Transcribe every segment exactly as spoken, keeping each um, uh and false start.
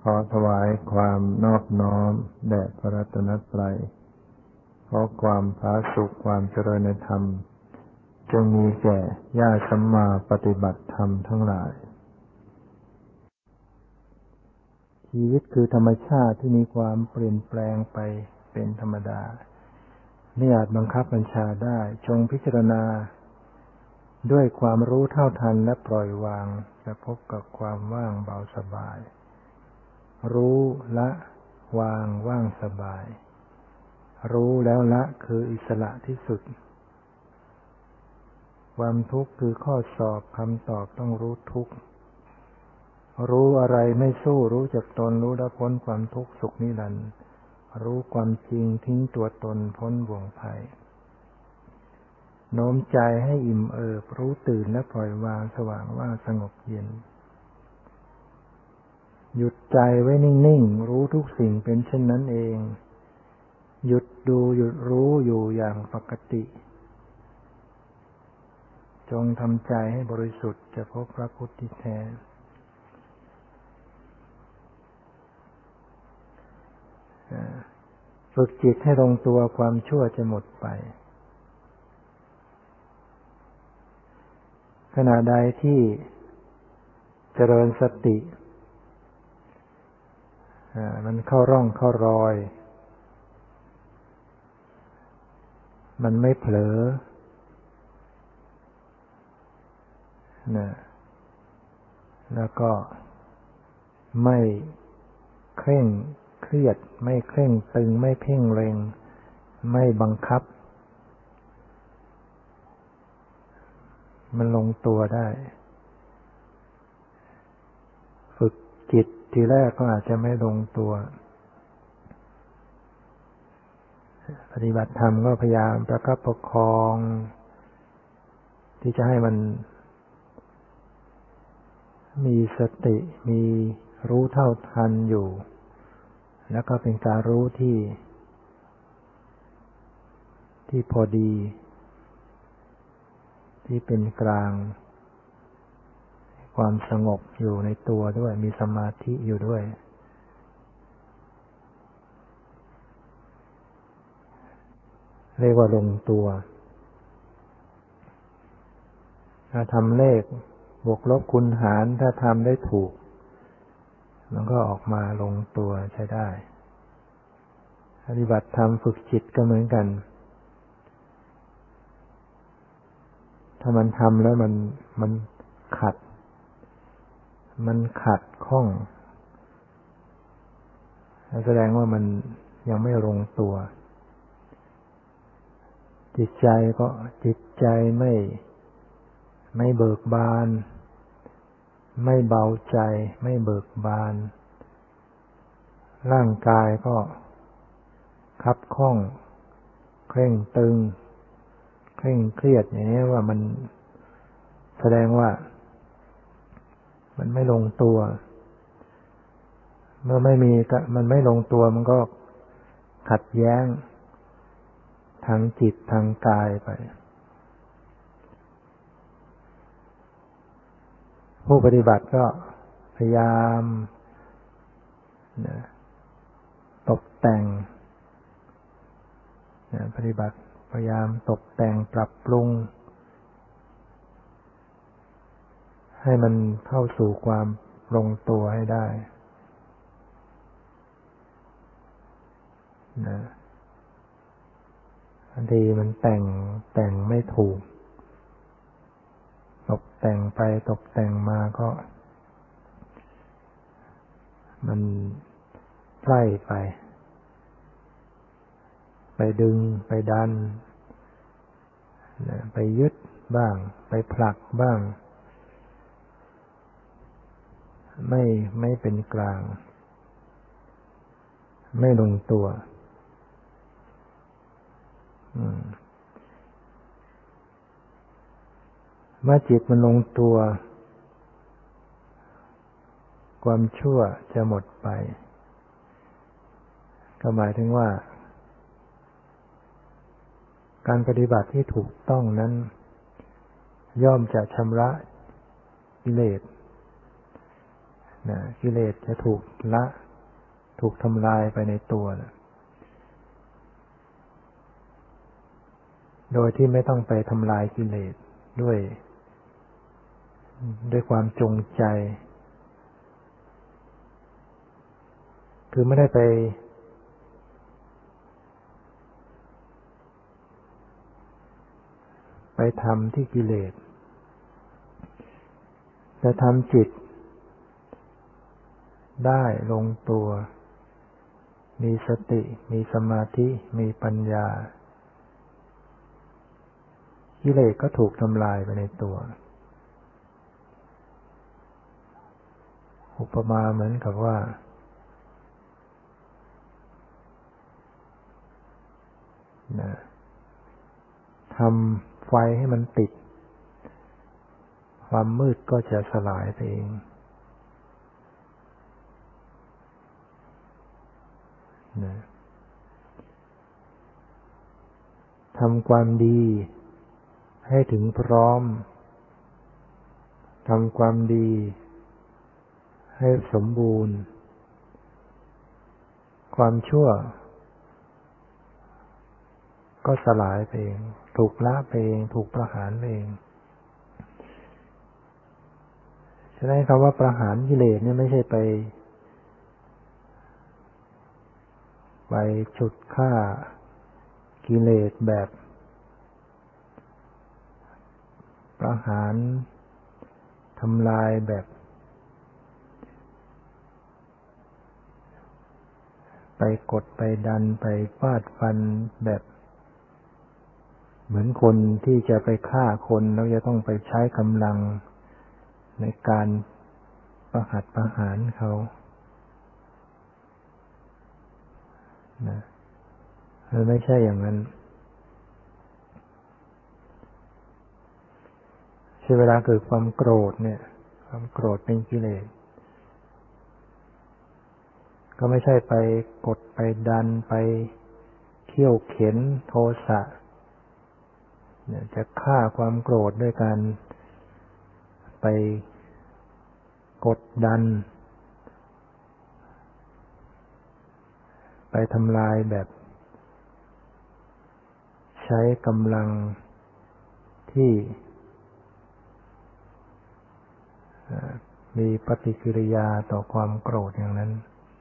ขอถวายความนอบน้อมแด่พระรัตนตรัยขอความผาสุกความเจริญในธรรมจงมีแก่ญาติสัมมาปฏิบัติธรรมทั้งหลายชีวิตคือธรรมชาติที่มีความเปลี่ยนแปลงไปเป็นธรรมดาไม่อาจบังคับบัญชาได้จงพิจารณาด้วยความรู้เท่าทันและปล่อยวางจะพบกับความว่างเบาสบายรู้ละวางว่างสบายรู้แล้วละคืออิสระที่สุดความทุกข์คือข้อสอบคำตอบต้องรู้ทุกข์รู้อะไรไม่สู้รู้จักตนรู้แล้วพ้นความทุกข์สุขนิรันดร์รู้ความจริงทิ้งตัวตนพ้นบ่วงภัยโน้มใจให้อิ่มเอิบรู้ตื่นและปล่อยวางสว่างว่างสงบเย็นหยุดใจไว้นิ่งๆรู้ทุกสิ่งเป็นเช่นนั้นเองหยุดดูหยุดรู้อยู่อย่างปกติจงทำใจให้บริสุทธิ์จะพบพระพุทธที่แท้ฝึกจิตให้ลงตัวความชั่วจะหมดไปขณะใดที่เจริญสติมันเข้าร่องเข้ารอยมันไม่เผลอนะแล้วก็ไม่เคร่งเครียดไม่เคร่งตึงไม่เพ่งเล็งไม่บังคับมันลงตัวได้ฝึกจิตทีแรกก็อาจจะไม่ลงตัวปฏิบัติธรรมก็พยายามประคับประคองที่จะให้มันมีสติมีรู้เท่าทันอยู่แล้วก็เป็นการรู้ที่ที่พอดีที่เป็นกลางความสงบอยู่ในตัวด้วยมีสมาธิอยู่ด้วยเรียกว่าลงตัวถ้าทำเลขบวกลบคูณหารถ้าทำได้ถูกมันก็ออกมาลงตัวใช้ได้ปฏิบัติธรรมฝึกจิตก็เหมือนกันถ้ามันทำแล้วมันมันขัดมันขัดข้องแสดงว่ามันยังไม่ลงตัวจิตใจก็จิตใจไม่ไม่เบิกบานไม่เบาใจไม่เบิกบานร่างกายก็คับข้องเคร่งตึงเคร่งเครียดอย่างนี้ว่ามันแสดงว่ามันไม่ลงตัวเมื่อไม่มีมันไม่ลงตัวมันก็ขัดแย้งทางจิตทางกายไปผู้ปฏิบัติก็พยายามนะตกแต่งนะปฏิบัติพยายามตกแต่งปรับปรุงให้มันเข้าสู่ความลงตัวให้ได้นะบางทีมันแต่งแต่งไม่ถูกตกแต่งไปตกแต่งมาก็มันไล่ไปไปดึงไปดันไปยึดบ้างไปผลักบ้างไม่ไม่เป็นกลางไม่ลงตัวเมื่อจิตมันลงตัวความชั่วจะหมดไปก็หมายถึงว่าการปฏิบัติที่ถูกต้องนั้นย่อมจะชำระกิเลสนะกิเลสจะถูกละถูกทำลายไปในตัวนะโดยที่ไม่ต้องไปทำลายกิเลสด้วยด้วยความจงใจคือไม่ได้ไปไปทำที่กิเลสแต่ทำจิตได้ลงตัวมีสติมีสมาธิมีปัญญากิเลสก็ถูกทำลายไปในตัวอุปมาเหมือนกับว่านะทำไฟให้มันติดความมืดก็จะสลายไปเองนะทำความดีให้ถึงพร้อมทำความดีให้สมบูรณ์ความชั่วก็สลายไปเองถูกละไปเองถูกประหารไปเองฉะนั้นคำว่าประหารกิเลสเนี่ยไม่ใช่ไปไปฉุดฆ่ากิเลสแบบประหารทำลายแบบไปกดไปดันไปฟาดฟันแบบเหมือนคนที่จะไปฆ่าคนแล้วจะต้องไปใช้กำลังในการประหัตประหารเขานะมันไม่ใช่อย่างนั้นใช่เวลาเกิดความโกรธเนี่ยความโกรธเป็นกิเลสก็ไม่ใช่ไปกดไปดันไปเขี่ยวเข็นโทสะเนี่ยจะฆ่าความโกรธด้วยการไปกดดันไปทำลายแบบใช้กำลังที่มีปฏิกิริยาต่อความโกรธอย่างนั้น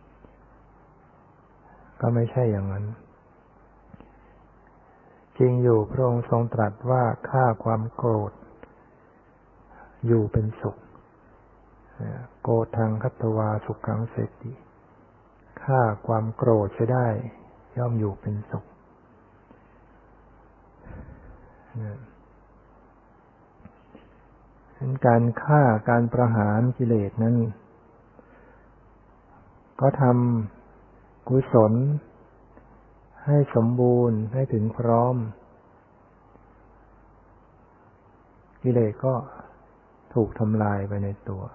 ก็ไม่ใช่อย่างนั้นจริงอยู่พระองค์ทรงตรัสว่าฆ่าความโกรธอยู่เป็นสุขโกทังคัตตวาสุขังเสติฆ่าความโกรธเสียได้ย่อมอยู่เป็นสุขการฆ่าการประหารกิเลสนั้นก็ทำกุศลให้สมบูรณ์ให้ถึงพร้อมกิเลสก็ถูกทำลายไปในตัว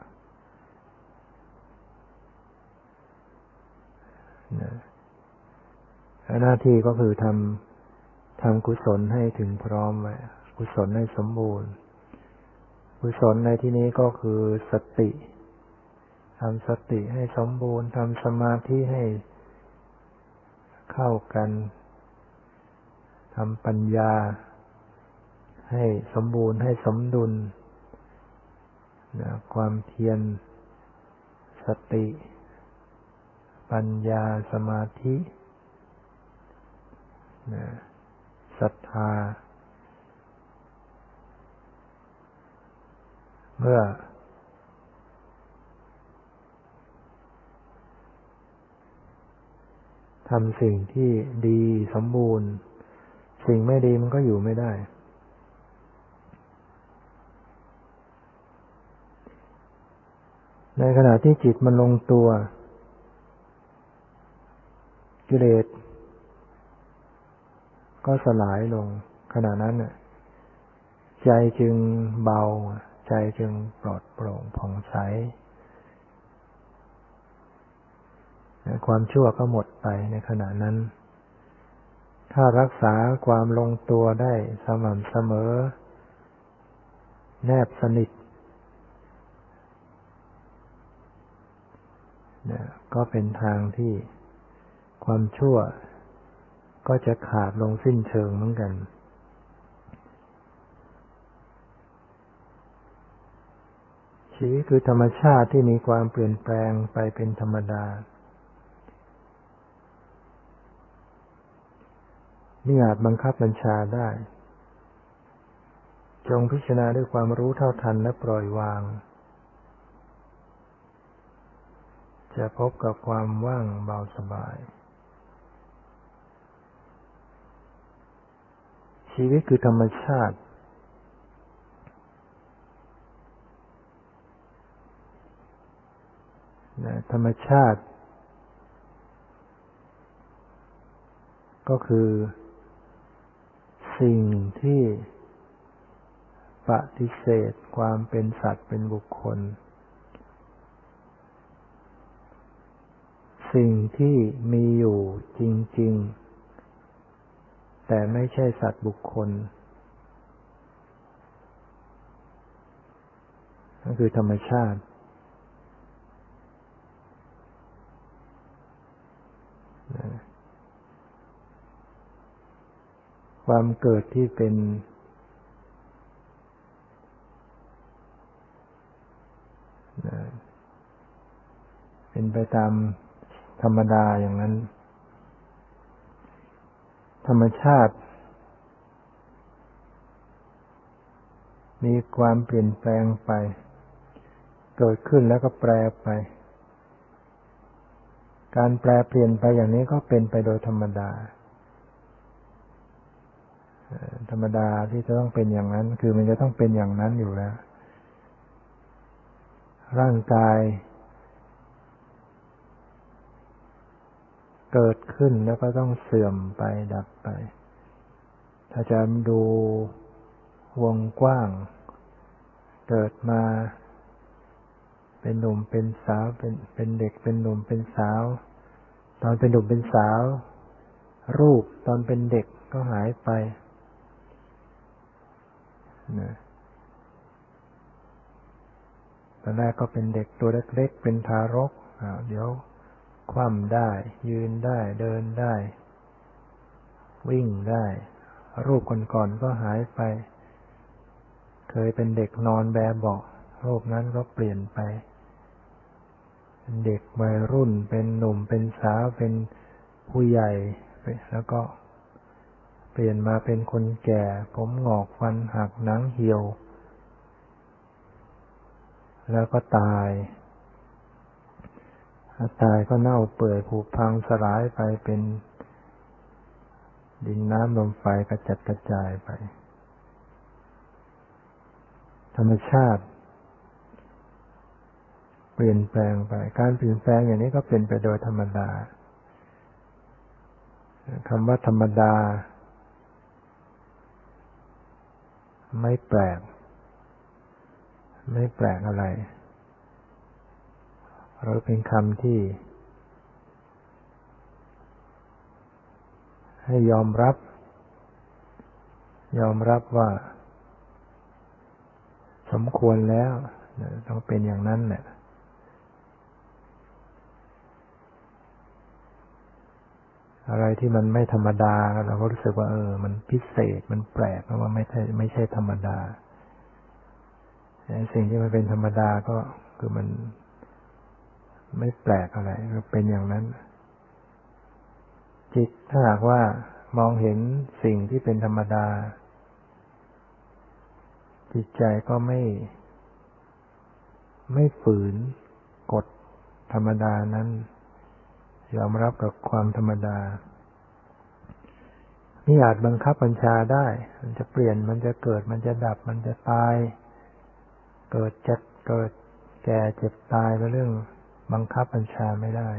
หน้าที่ก็คือทำทำกุศลให้ถึงพร้อมไว้กุศลให้สมบูรณ์กุศลในที่นี้ก็คือสติทำสติให้สมบูรณ์ทำสมาธิให้เข้ากันทำปัญญาให้สมบูรณ์ให้สมดุลนะความเพียรสติปัญญาสมาธินะศรัทธาเมื่อทำสิ่งที่ดีสมบูรณ์สิ่งไม่ดีมันก็อยู่ไม่ได้ในขณะที่จิตมันลงตัวกิเลสก็สลายลงขณะนั้นน่ะใจจึงเบาใจจึงปลอดโปร่งผ่องใสความชั่วก็หมดไปในขณะนั้นถ้ารักษาความลงตัวได้สม่ำเสมอแนบสนิทนะก็เป็นทางที่ความชั่วก็จะขาดลงสิ้นเชิงเหมือนกันชีวิตคือธรรมชาติที่มีความเปลี่ยนแปลงไปเป็นธรรมดามิอาจบังคับบัญชาได้จงพิจารณาด้วยความรู้เท่าทันและปล่อยวางจะพบกับความว่างเบาสบายชีวิตคือธรรมชาติธรรมชาติก็คือสิ่งที่ปฏิเสธความเป็นสัตว์เป็นบุคคลสิ่งที่มีอยู่จริงๆแต่ไม่ใช่สัตว์บุคคลนั่นคือธรรมชาติความเกิดที่เป็นเป็นไปตามธรรมดาอย่างนั้นธรรมชาติมีความเปลี่ยนแปลงไปเกิดขึ้นแล้วก็แปรไปการแปรเปลี่ยนไปอย่างนี้ก็เป็นไปโดยธรรมดาธรรมดาที่จะต้องเป็นอย่างนั้นคือมันจะต้องเป็นอย่างนั้นอยู่แล้วร่างกายเกิดขึ้นแล้วก็ต้องเสื่อมไปดับไปถ้าจะดูวงกว้างเกิดมาเป็นหนุ่มเป็นสาวเป็นเป็นเด็กเป็นหนุ่มเป็นสาวตอนเป็นหนุ่มเป็นสาวรูปตอนเป็นเด็กก็หายไปนะตอนแรกก็เป็นเด็กตัวเล็กๆเป็นทารกเดี๋ยวคว่ำได้ยืนได้เดินได้วิ่งได้รูปก่อนๆก็หายไปเคยเป็นเด็กนอนแบเบาะรูปนั้นก็เปลี่ยนไปเป็นเด็กวัยรุ่นเป็นหนุ่มเป็นสาวเป็นผู้ใหญ่แล้วก็เปลี่ยนมาเป็นคนแก่ผมงอกฟันหักหนังเหี่ยวแล้วก็ตายถ้าตายก็เน่าเปื่อยผุพังสลายไปเป็นดินน้ำลมไฟกระจัดกระจายไปธรรมชาติเปลี่ยนแปลงไปการเปลี่ยนแปลงอย่างนี้ก็เป็นไปโดยธรรมดาคำว่าธรรมดาไม่แปลกไม่แปลกอะไรหรือเป็นคำที่ให้ยอมรับยอมรับว่าสมควรแล้วต้องเป็นอย่างนั้นแหละอะไรที่มันไม่ธรรมดาเราก็รู้สึกว่าเออมันพิเศษมันแปลกเพราะว่าไม่ใช่ไม่ใช่ธรรมดาสิ่งที่มันเป็นธรรมดาก็คือมันไม่แปลกอะไรก็เป็นอย่างนั้นจิตถ้าหากว่ามองเห็นสิ่งที่เป็นธรรมดาจิตใจก็ไม่ไม่ฝืนกฎธรรมดานั้นยอมรับกับความธรรมดาไม่อาจบังคับบัญชาได้มันจะเปลี่ยนมันจะเกิดมันจะดับมันจะตายเกิดจะเกิดแก่เจ็บตายเป็นเรื่องบังคับบัญชาไม่ได้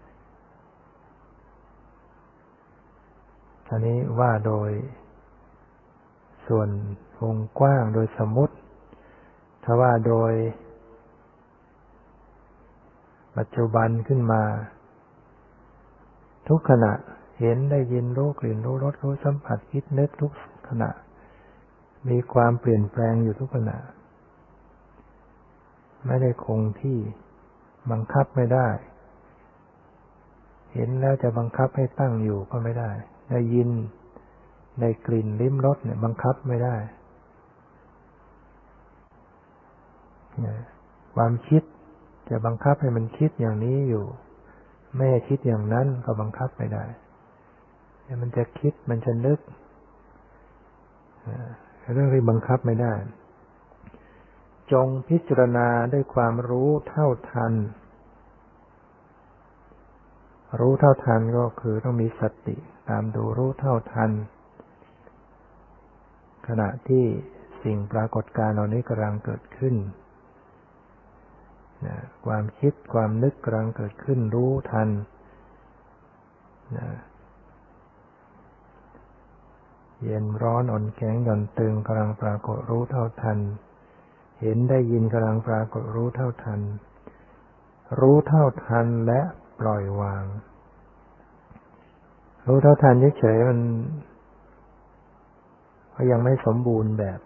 อันนี้ว่าโดยส่วนวงกว้างโดยสมมุติถ้าว่าโดยปัจจุบันขึ้นมาทุกขณะเห็นได้ยินรู้กลิ่นรู้รสรู้สัมผัสคิดนึกทุกขณะมีความเปลี่ยนแปลงอยู่ทุกขณะไม่ได้คงที่บังคับไม่ได้เห็นแล้วจะบังคับให้ตั้งอยู่ก็ไม่ได้ได้ยินได้กลิ่นลิ้มรสเนี่ยบังคับไม่ได้ความคิดจะบังคับให้มันคิดอย่างนี้อยู่ไม่ให้คิดอย่างนั้นก็บังคับไม่ได้มันจะคิดมันจะนึกเรื่องที่บังคับไม่ได้จงพิจารณาด้วยความรู้เท่าทันรู้เท่าทันก็คือต้องมีสติตามดูรู้เท่าทันขณะที่สิ่งปรากฏการณ์เหล่านี้กำลังเกิดขึ้นนะความคิดความนึกกำลังเกิดขึ้นรู้ทันนะเย็นร้อนอ่อนแข็งหย่อนตึงกำลังปรากฏรู้เท่าทันเห็นได้ยินกำลังปรากฏรู้เท่าทันรู้เท่าทันและปล่อยวางรู้เท่าทันเฉยๆมันก็ยังไม่สมบูรณ์แบบ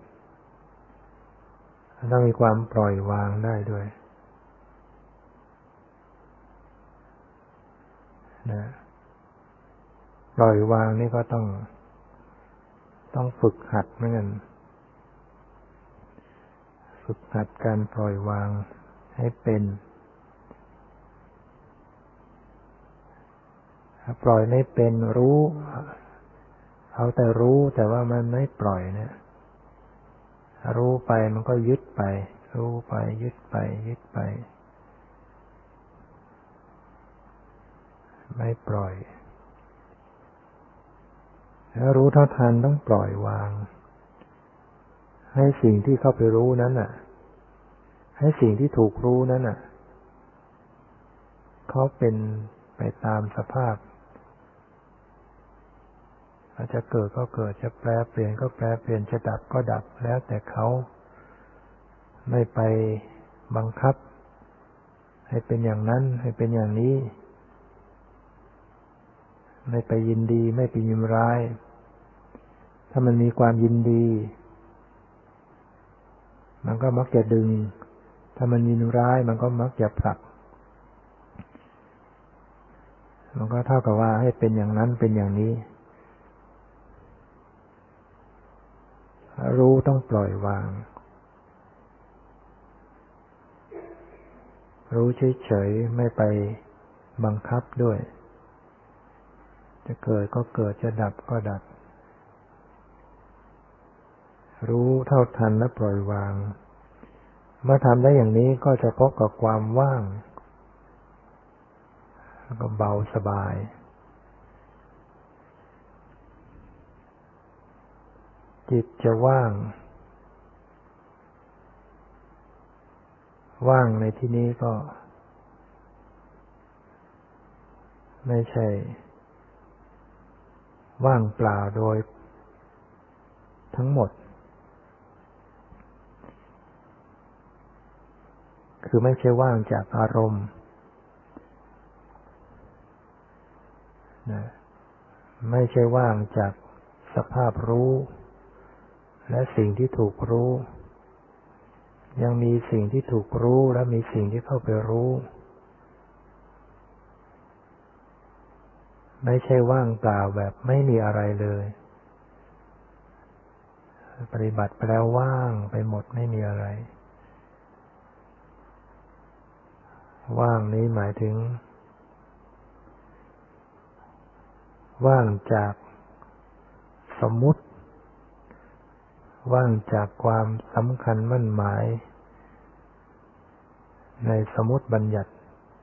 ต้องมีความปล่อยวางได้ด้วยนะปล่อยวางนี่ก็ต้องต้องฝึกหัดเหมือนกันฝึกหัดการปล่อยวางให้เป็นถ้าปล่อยไม่เป็นรู้เอาแต่รู้แต่ว่ามันไม่ปล่อยเนี่ยรู้ไปมันก็ยึดไปรู้ไปยึดไปยึดไปไม่ปล่อยถ้ารู้เท่าทันต้องปล่อยวางให้สิ่งที่เข้าไปรู้นั้นน่ะให้สิ่งที่ถูกรู้นั้นน่ะเขาเป็นไปตามสภาพอาจจะเกิดก็เกิดจะแปรเปลี่ยนก็แปรเปลี่ยนจะดับก็ดับแล้วแต่เขาไม่ไปบังคับให้เป็นอย่างนั้นให้เป็นอย่างนี้ไม่ไปยินดีไม่ไปยินร้ายถ้ามันมีความยินดีมันก็มักจะดึงถ้ามันยินร้ายมันก็มักจะผลักมันก็เท่ากับว่าให้เป็นอย่างนั้นเป็นอย่างนี้รู้ต้องปล่อยวางรู้เฉยๆไม่ไปบังคับด้วยจะเกิดก็เกิดจะดับก็ดับรู้เท่าทันและปล่อยวางเมื่อทำได้อย่างนี้ก็จะพบกับความว่างแล้วก็เบาสบายจิตจะว่างว่างในที่นี้ก็ไม่ใช่ว่างเปล่าโดยทั้งหมดคือไม่ใช่ว่างจากอารมณ์นะไม่ใช่ว่างจากสภาพรู้และสิ่งที่ถูกรู้ยังมีสิ่งที่ถูกรู้และมีสิ่งที่เข้าไปรู้ไม่ใช่ว่างเปล่าแบบไม่มีอะไรเลยปฏิบัติไปแล้วว่างไปหมดไม่มีอะไรว่างนี้หมายถึงว่างจากสมมุติว่างจากความสำคัญมั่นหมายในสมมุติบัญญัติ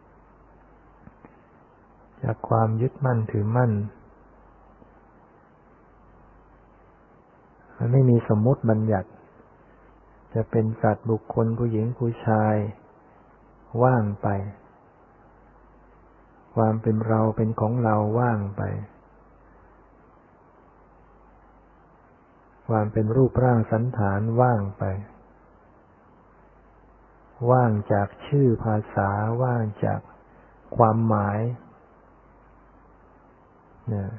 จากความยึดมั่นถือมั่นมันไม่มีสมมุติบัญญัติจะเป็นสัตว์บุคคลผู้หญิงผู้ชายว่างไปความเป็นเราเป็นของเราว่างไปความเป็นรูปร่างสันฐานว่างไปว่างจากชื่อภาษาว่างจากความหมายเนี่ย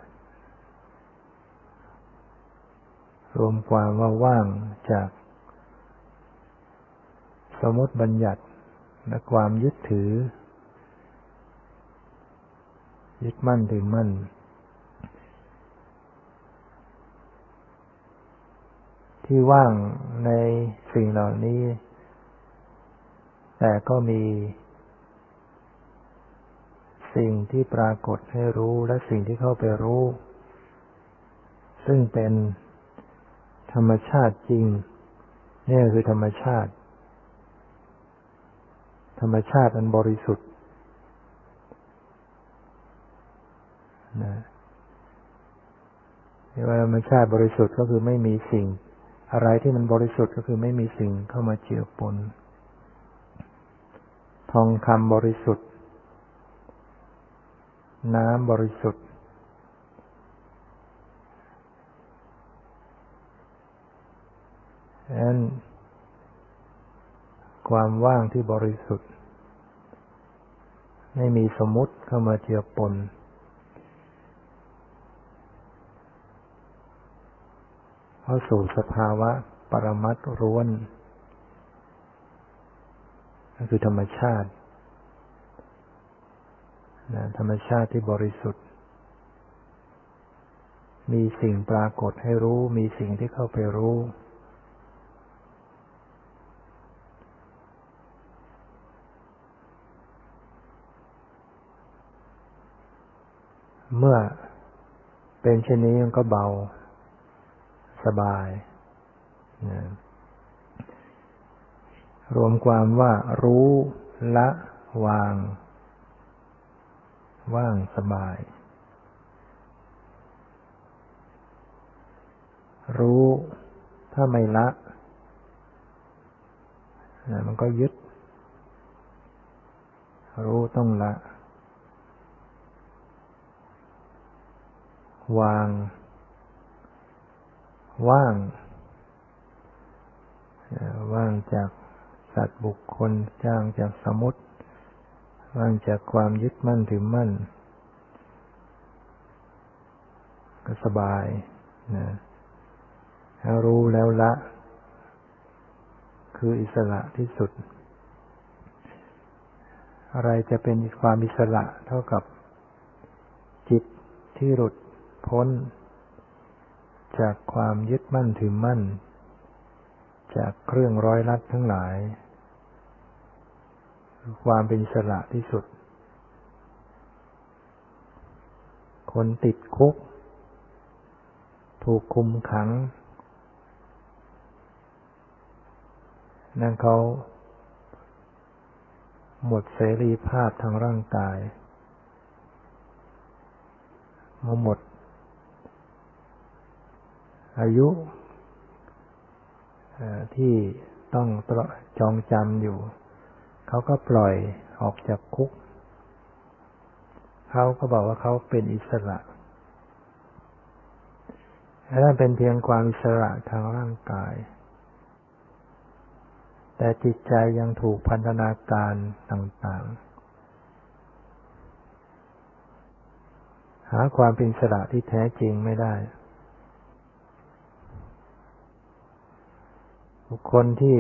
รวมความว่าว่างจากสมมติบัญญัติและความยึดถือยึดมั่นถือมั่นที่ว่างในสิ่งเหล่านี้แต่ก็มีสิ่งที่ปรากฏให้รู้และสิ่งที่เข้าไปรู้ซึ่งเป็นธรรมชาติจริงนี่คือธรรมชาติธรรมชาติอันบริสุทธิ์นะที่ว่าธรรมชาติบริสุทธิ์ก็คือไม่มีสิ่งอะไรที่มันบริสุทธิ์ก็คือไม่มีสิ่งเข้ามาเจือปนทองคำบริสุทธิ์น้ำบริสุทธิ์ฉะนั้นความว่างที่บริสุทธิ์ไม่มีสมมุติเข้ามาเจือปนเข้าสู่สภาวะปรมัตถ์ล้วนนั่นคือธรรมชาตินะธรรมชาติที่บริสุทธิ์มีสิ่งปรากฏให้รู้มีสิ่งที่เข้าไปรู้เมื่อเป็นเช่นนี้มันก็เบาสบายนะรวมความว่ารู้ละวางว่างสบายรู้ถ้าไม่ละนะมันก็ยึดรู้ต้องละวางว่างว่างจากสัตว์บุคคลว่างจากสมมุติว่างจากความยึดมั่นถือมั่นก็สบายนะถ้ารู้แล้วละคืออิสระที่สุดอะไรจะเป็นความอิสระเท่ากับจิตที่หลุดพ้นจากความยึดมั่นถือมั่นจากเครื่องร้อยลัดทั้งหลายความเป็นอิสระที่สุดคนติดคุกถูกคุมขังนั่นเขาหมดเสรีภาพทางร่างกายหมดอายุที่ต้องจองจำอยู่เขาก็ปล่อยออกจากคุกเขาก็บอกว่าเขาเป็นอิสระนั่นเป็นเพียงความอิสระทางร่างกายแต่จิตใจยังถูกพันธนาการต่างๆหาความเป็นอิสระที่แท้จริงไม่ได้บุคคลที่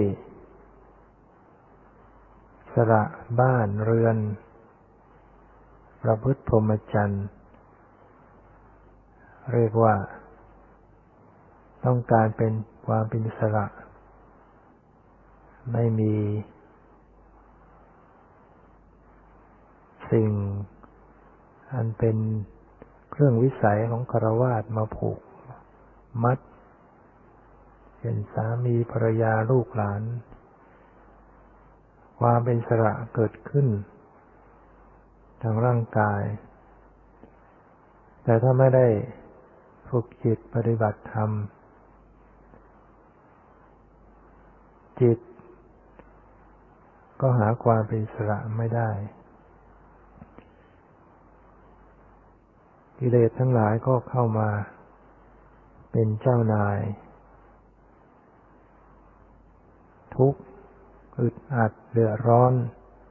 สละบ้านเรือนประพฤติพรหมจรรย์เรียกว่าต้องการเป็นความเป็นอิสระไม่มีสิ่งอันเป็นเครื่องวิสัยของฆราวาสมาผูกมัดเช่นสามีภรรยาลูกหลานความเป็นอิสระเกิดขึ้นทางร่างกายแต่ถ้าไม่ได้ฝึกจิตปฏิบัติธรรมจิตก็หาความเป็นอิสระไม่ได้กิเลสทั้งหลายก็เข้ามาเป็นเจ้านายทุกข์อึดอัดเดือดร้อน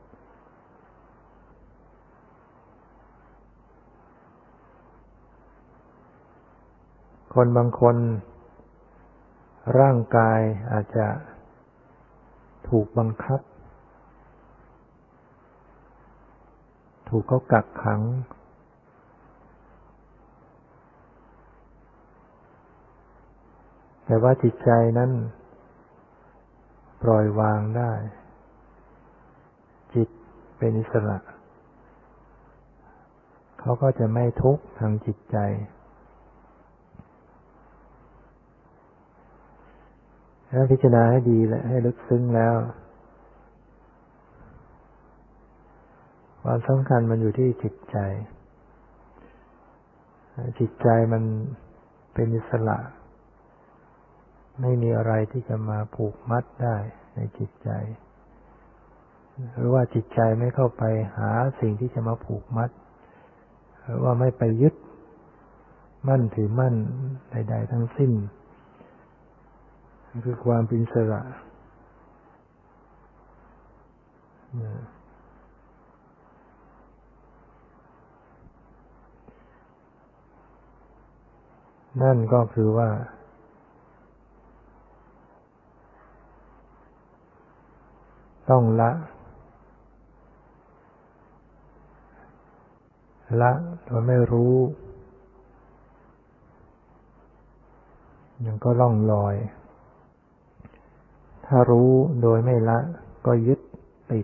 คนบางคนร่างกายอาจจะถูกบังคับถูกเขากักขังแต่ว่าจิตใจนั้นปล่อยวางได้จิตเป็นอิสระเขาก็จะไม่ทุกข์ทางจิตใจถ้าพิจารณาให้ดีและให้ลึกซึ้งแล้วความสำคัญมันอยู่ที่จิตใจจิตใจมันเป็นอิสระไม่มีอะไรที่จะมาผูกมัดได้ในจิตใจหรือว่าจิตใจไม่เข้าไปหาสิ่งที่จะมาผูกมัดหรือว่าไม่ไปยึดมั่นถือมั่นใดๆทั้งสิ้นคือความเป็นอิสระนั่นก็คือว่าต้องละละโดยไม่รู้ยังก็ล่องลอยถ้ารู้โดยไม่ละก็ยึดติด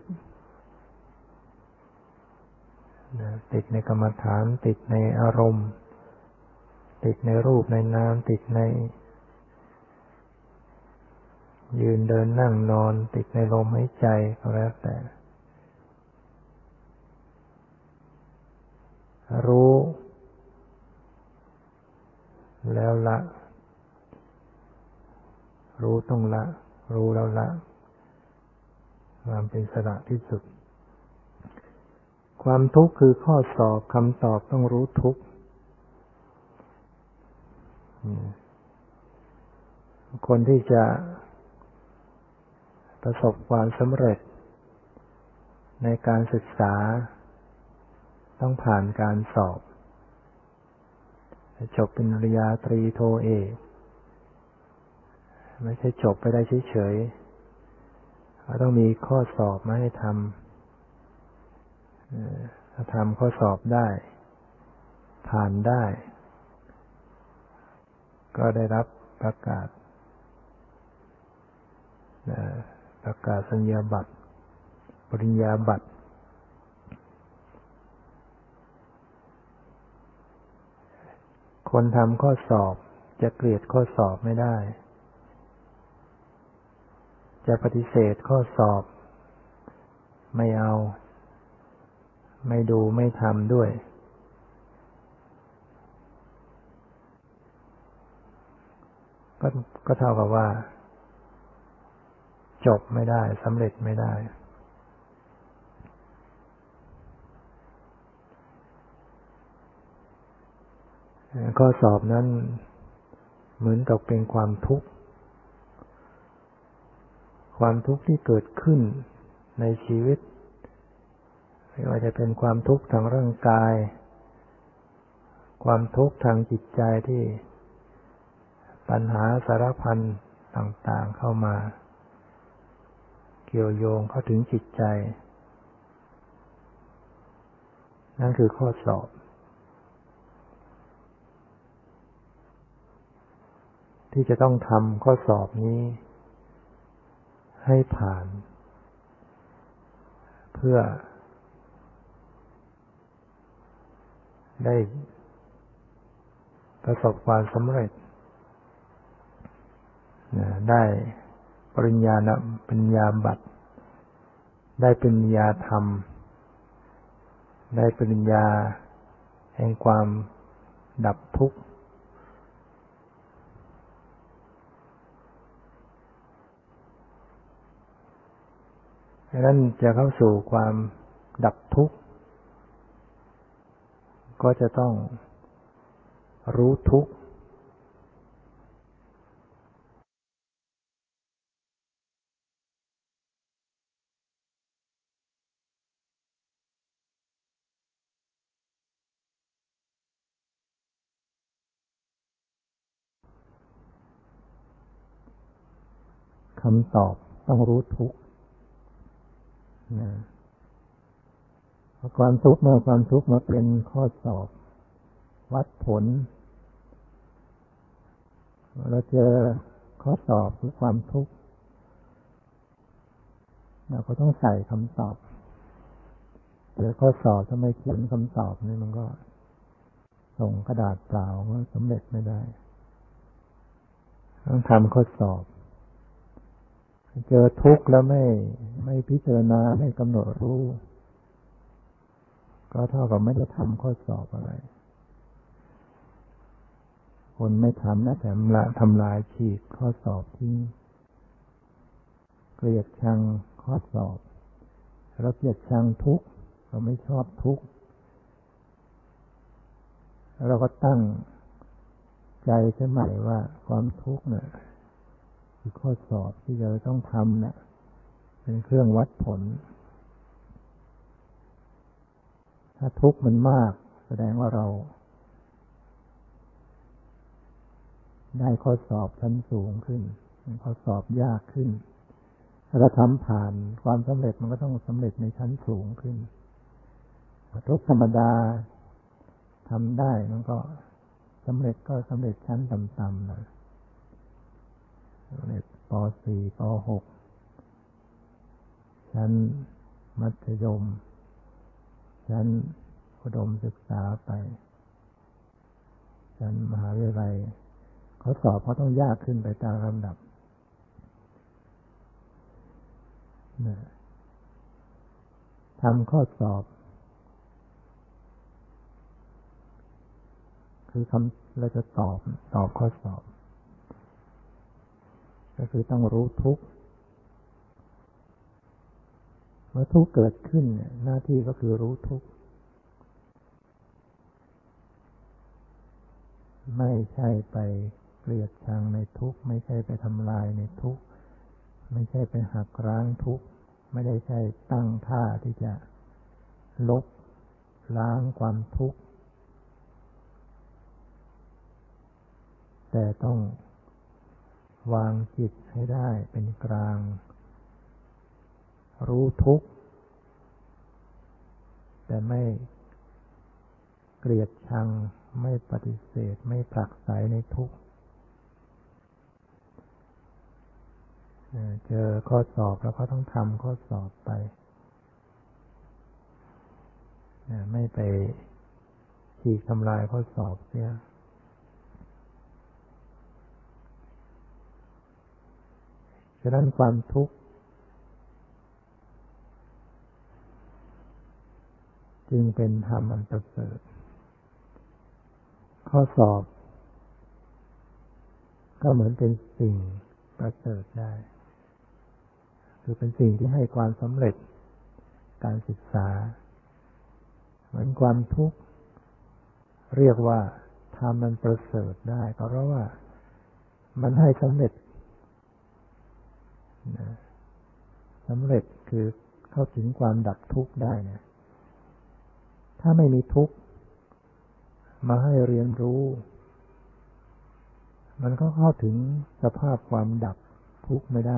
ติดในกรรมฐานติดในอารมณ์ติดในรูปในนามติดในยืนเดินนั่งนอนติดในลมหายใจก็แล้วแต่รู้แล้วละรู้ต้องละรู้แล้วละความเป็นอิสระที่สุดความทุกข์คือข้อสอบคำตอบต้องรู้ทุกข์คนที่จะประสบความสำเร็จในการศึกษาต้องผ่านการสอบจบปริญญาตรีโทเอกไม่ใช่จบไปได้เฉยๆต้องมีข้อสอบมาให้ทำถ้าทำข้อสอบได้ผ่านได้ก็ได้รับประกาศประกาศสัญญาบัตรปริญญาบัตรคนทำข้อสอบจะเกลียดข้อสอบไม่ได้จะปฏิเสธข้อสอบไม่เอาไม่ดูไม่ทำด้วยก็ก็เท่ากับว่าจบไม่ได้สำเร็จไม่ได้ข้อสอบนั้นเหมือนกับเป็นความทุกข์ความทุกข์ที่เกิดขึ้นในชีวิตไม่ว่าจะเป็นความทุกข์ทางร่างกายความทุกข์ทางจิตใจที่ปัญหาสารพันต่างๆเข้ามาเกี่ยวโยงเข้าถึงจิตใจนั่นคือข้อสอบที่จะต้องทำข้อสอบนี้ให้ผ่านเพื่อได้ประสบความสำเร็จได้ปริญญาณปริญญาบัตรได้ปริญญาธรรมได้ปริญญาแห่งความดับทุกข์ดังนั้นจะเข้าสู่ความดับทุกข์ก็จะต้องรู้ทุกข์คำตอบต้องรู้ทุกข์ความทุกข์เมื่อความทุกข์มาเป็นข้อสอบวัดผลเราเจอข้อสอบคือความทุกข์เราก็ต้องใส่คำตอบหรือข้อสอบถ้าไม่เขียนคำตอบนี่มันก็ส่งกระดาษเปล่าก็สำเร็จไม่ได้ต้องทำข้อสอบเจอทุกข์แล้วไม่ไม่พิจารณาไม่กำหนดรู้ก็เท่ากับไม่ได้ทำข้อสอบอะไรคนไม่ทำนะแต่ละทำลายฉีกข้อสอบทิ้งเกลียดชังข้อสอบแล้วเกลียดชังทุกข์เราไม่ชอบทุกข์แล้วเราก็ตั้งใจใช่ไหมว่าความทุกข์เนี่ยคือข้อสอบที่เราต้องทำเนี่ยเป็นเครื่องวัดผลถ้าทุกข์มันมากแสดงว่าเราได้ข้อสอบชั้นสูงขึ้นข้อสอบยากขึ้นถ้าเราทำผ่านความสำเร็จมันก็ต้องสำเร็จในชั้นสูงขึ้นทุกธรรมดาทำได้มันก็สำเร็จก็สำเร็จชั้นต่ำๆหน่อยสำเร็จป สี่ ป หก ชั้นมัธยมชั้นอุดมศึกษาไปชั้นมหาวิทยาลัยข้อสอบเขาต้องยากขึ้นไปตามลำดับทำข้อสอบคือคำเราจะตอบตอบข้อสอบก็คือต้องรู้ทุกข์เมื่อทุกข์เกิดขึ้นเนี่ยหน้าที่ก็คือรู้ทุกข์ไม่ใช่ไปเกลียดชังในทุกข์ไม่ใช่ไปทำลายในทุกข์ไม่ใช่ไปหักล้างทุกข์ไม่ได้ใช่ตั้งท่าที่จะลบล้างความทุกข์แต่ต้องวางจิตให้ได้เป็นกลางรู้ทุกข์แต่ไม่เกลียดชังไม่ปฏิเสธไม่ผลักไสในทุกข์เจอข้อสอบแล้วก็ต้องทำข้อสอบไปไม่ไปฉีกทำลายข้อสอบเสียฉะนั้นความทุกข์จึงเป็นธรรมอันประเสริฐข้อสอบก็เหมือนเป็นสิ่งประเสริฐได้คือเป็นสิ่งที่ให้ความสำเร็จการศึกษาเหมือนความทุกข์เรียกว่าธรรมมันประเสริฐได้ก็เพราะว่ามันให้สำเร็จสำเร็จคือเข้าถึงความดับทุกข์ได้เนี่ยถ้าไม่มีทุกข์มาให้เรียนรู้มันก็เข้าถึงสภาพความดับทุกข์ไม่ได้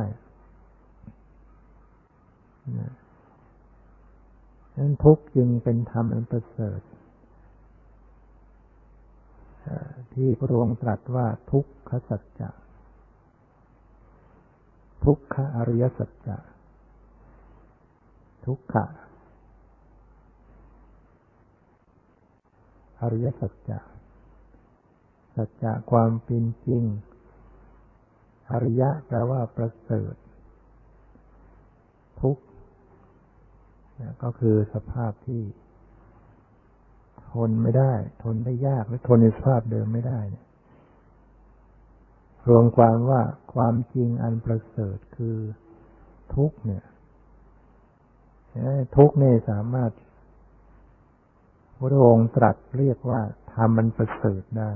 ฉะนั้นทุกข์จึงเป็นธรรมอันประเสริฐที่พระองค์ตรัสว่าทุกขสัจจะทุกขอริยสัจจะทุกขอริยสัจจะสัจจะความเป็นจริงอริยะแปลว่าประเสริฐทุกข์ก็คือสภาพที่ทนไม่ได้ทนได้ยากหรือทนในสภาพเดิมไม่ได้รวมความว่าความจริงอันประเสริฐคือทุกข์เนี่ยทุกข์นี่สามารถพระองค์ตรัสเรียกว่าธรรมมันประเสริฐได้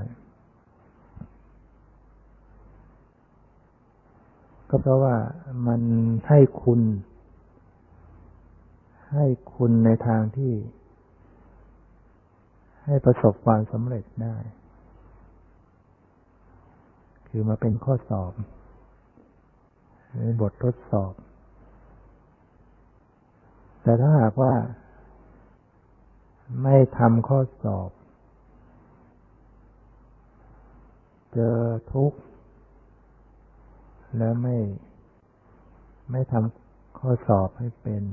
ก็เพราะว่ามันให้คุณให้คุณในทางที่ให้ประสบความสำเร็จได้คือมาเป็นข้อสอบในบททดสอบแต่ถ้าหากว่าไม่ทำข้อสอบเจอทุกข์แล้วไม่ไม่ทำข้อสอบให้เป็น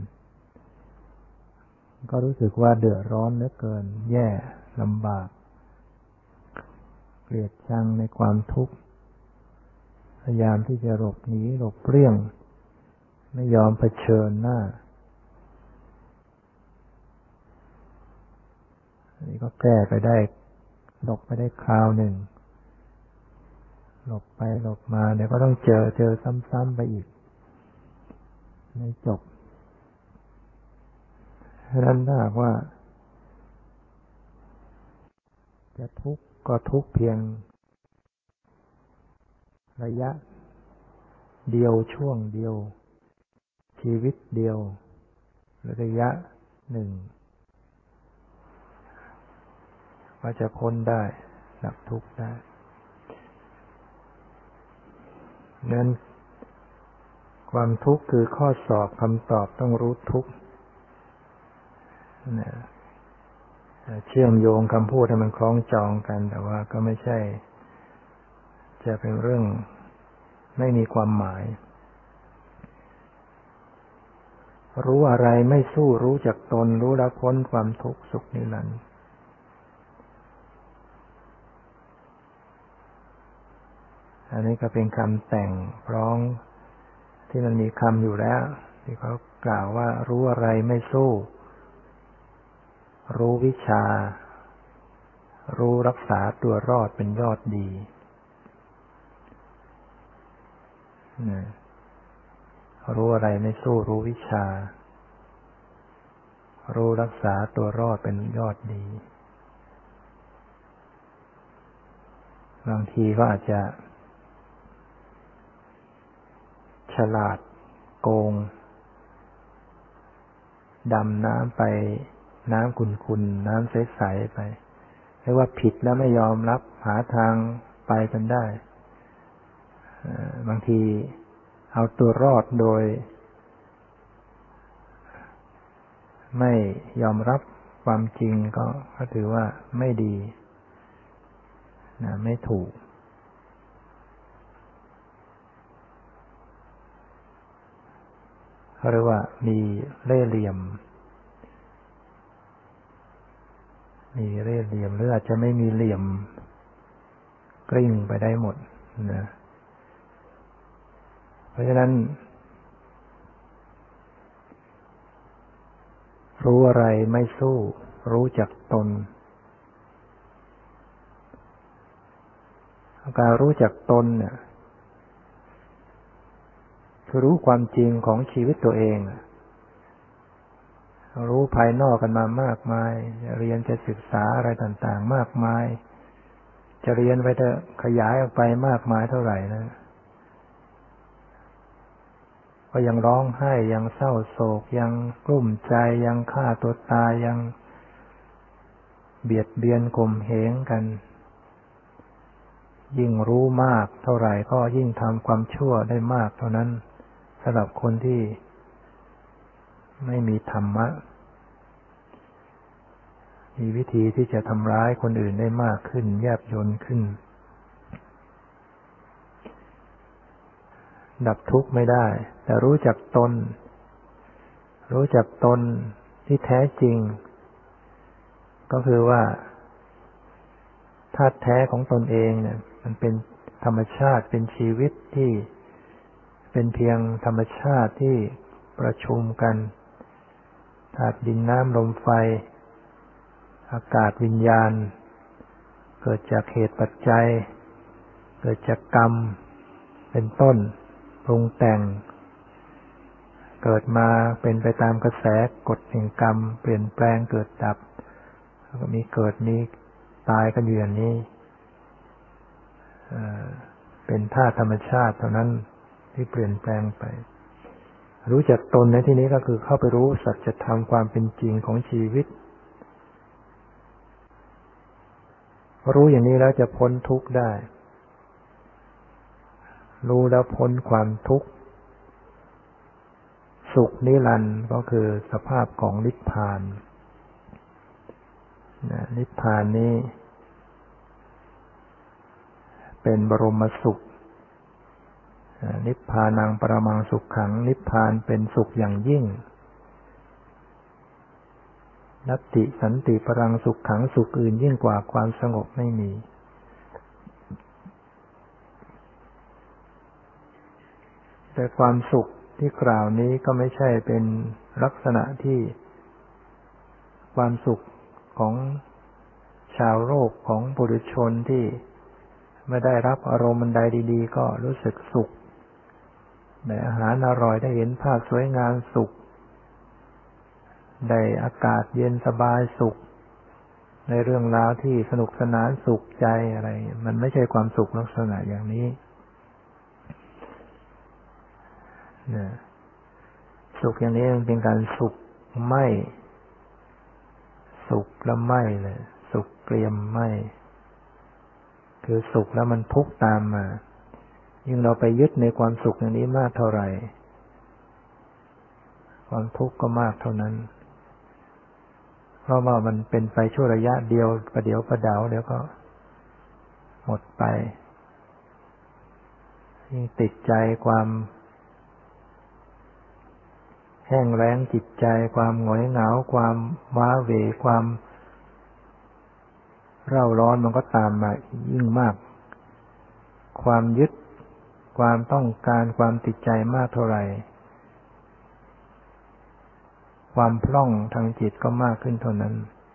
ก็รู้สึกว่าเดือดร้อนเหลือเกินแย่ลำบากเกลียดชังในความทุกข์พยายามที่จะหลบหนีหลบเลี่ยงไม่ยอมเผชิญหน้านี่ก็แก้ไปได้หลบไปได้คราวหนึ่งหลบไปหลบมาเดี๋ยวก็ต้องเจอเจอซ้ำๆไปอีกไม่จบฉะนั้นถ้าหากว่าจะทุกข์ก็ทุกข์เพียงระยะเดียวช่วงเดียวชีวิตเดียวระยะหนึ่งว่าจะพ้นได้ดับทุกข์ได้นั้นความทุกข์คือข้อสอบคำตอบต้องรู้ทุกข์เชื่อมโยงคำพูดให้มันคล้องจองกันแต่ว่าก็ไม่ใช่จะเป็นเรื่องไม่มีความหมายรู้อะไรไม่สู้รู้จักตนรู้แล้วพ้นความทุกข์สุขนิรันดร์อันนี้ก็เป็นคำแต่งพร้องที่มันมีคำอยู่แล้วที่เขากล่าวว่ารู้อะไรไม่สู้รู้วิชารู้รักษาตัวรอดเป็นยอดดีรู้อะไรไม่สู้รู้วิชารู้รักษาตัวรอดเป็นยอดดีบางทีก็อาจจะฉลาดโกงดำน้ำไปน้ำขุ่นๆน้ำใสๆไปเรียกว่าผิดแล้วไม่ยอมรับหาทางไปกันได้บางทีเอาตัวรอดโดยไม่ยอมรับความจริงก็ก็ถือว่าไม่ดีนะไม่ถูกเขาเรียกว่ามีเล่ห์เหลี่ยมมีเล่ห์เหลี่ยมหรืออาจจะไม่มีเหลี่ยมกลิ้งไปได้หมดนะเพราะฉะนั้นรู้อะไรไม่สู้รู้จักตนการรู้จักตนเนี่ยคือรู้ความจริงของชีวิตตัวเองรู้ภายนอกกันมามากมายเรียนจะศึกษาอะไรต่างๆมากมายจะเรียนไปเถอะขยายออกไปมากมายเท่าไหร่นะก็ยังร้องไห้ยังเศร้าโศกยังกลุ้มใจยังฆ่าตัวตายยังเบียดเบียนข่มเหงกันยิ่งรู้มากเท่าไหร่ก็ยิ่งทำความชั่วได้มากเท่านั้นสำหรับคนที่ไม่มีธรรมะมีวิธีที่จะทำร้ายคนอื่นได้มากขึ้นแยบยลขึ้นดับทุกข์ไม่ได้แต่รู้จักตนรู้จักตนที่แท้จริงก็คือว่าธาตุแท้ของตนเองเนี่ยมันเป็นธรรมชาติเป็นชีวิตที่เป็นเพียงธรรมชาติที่ประชุมกันธาตุดินน้ำลมไฟอากาศวิญญาณเกิดจากเหตุปัจจัยเกิดจากกรรมเป็นต้นปรุงแต่งเกิดมาเป็นไปตามกระแสกฎแห่งกรรมเปลี่ยนแปลงเกิดดับแล้วก็มีเกิดมีตายกันอยู่อย่างนี้เป็นธาตุธรรมชาติเท่านั้นที่เปลี่ยนแปลงไปรู้จักตนในที่นี้ก็คือเข้าไปรู้สัจธรรมความเป็นจริงของชีวิตรู้อย่างนี้แล้วจะพ้นทุกข์ได้รู้แล้วพ้นความทุกข์สุขนิรันดร์ก็คือสภาพของนิพพานนิพพานนี้เป็นบรมสุขนิพพานังปรมังสุขขังนิพพานเป็นสุขอย่างยิ่งนัตติสันติปรังสุขขังสุขอื่นยิ่งกว่าความสงบไม่มีแต่ความสุขที่กล่าวนี้ก็ไม่ใช่เป็นลักษณะที่ความสุขของชาวโลกของปุถุชนที่ไม่ได้รับอารมณ์ใดดีๆก็รู้สึกสุขได้อาหารอร่อยได้เห็นภาพสวยงามสุขได้อากาศเย็นสบายสุขในเรื่องราวที่สนุกสนานสุขใจอะไรมันไม่ใช่ความสุขลักษณะอย่างนี้เนี่ยสุขอย่างนี้มันเป็นการสุขไม่สุขแล้วไม่เลยสุขเกลียมไม่คือสุขแล้วมันทุกข์ตามมายิ่งเราไปยึดในความสุขอย่างนี้มากเท่าไหร่ความทุกข์ก็มากเท่านั้นเพราะว่ามันเป็นไปชั่วระยะเดียวประเดี๋ยวประดาวเดี๋ยวก็หมดไปยิ่งติดใจความแห้งแล้งจิตใจความหงอยเหงาความว้าเหวความเร่าร้อนมันก็ตามมายิ่งมากความยึดความต้องการความติดใจมากเท่าไหร่ความพล่องทางจิตก็มากขึ้นเท่านั้น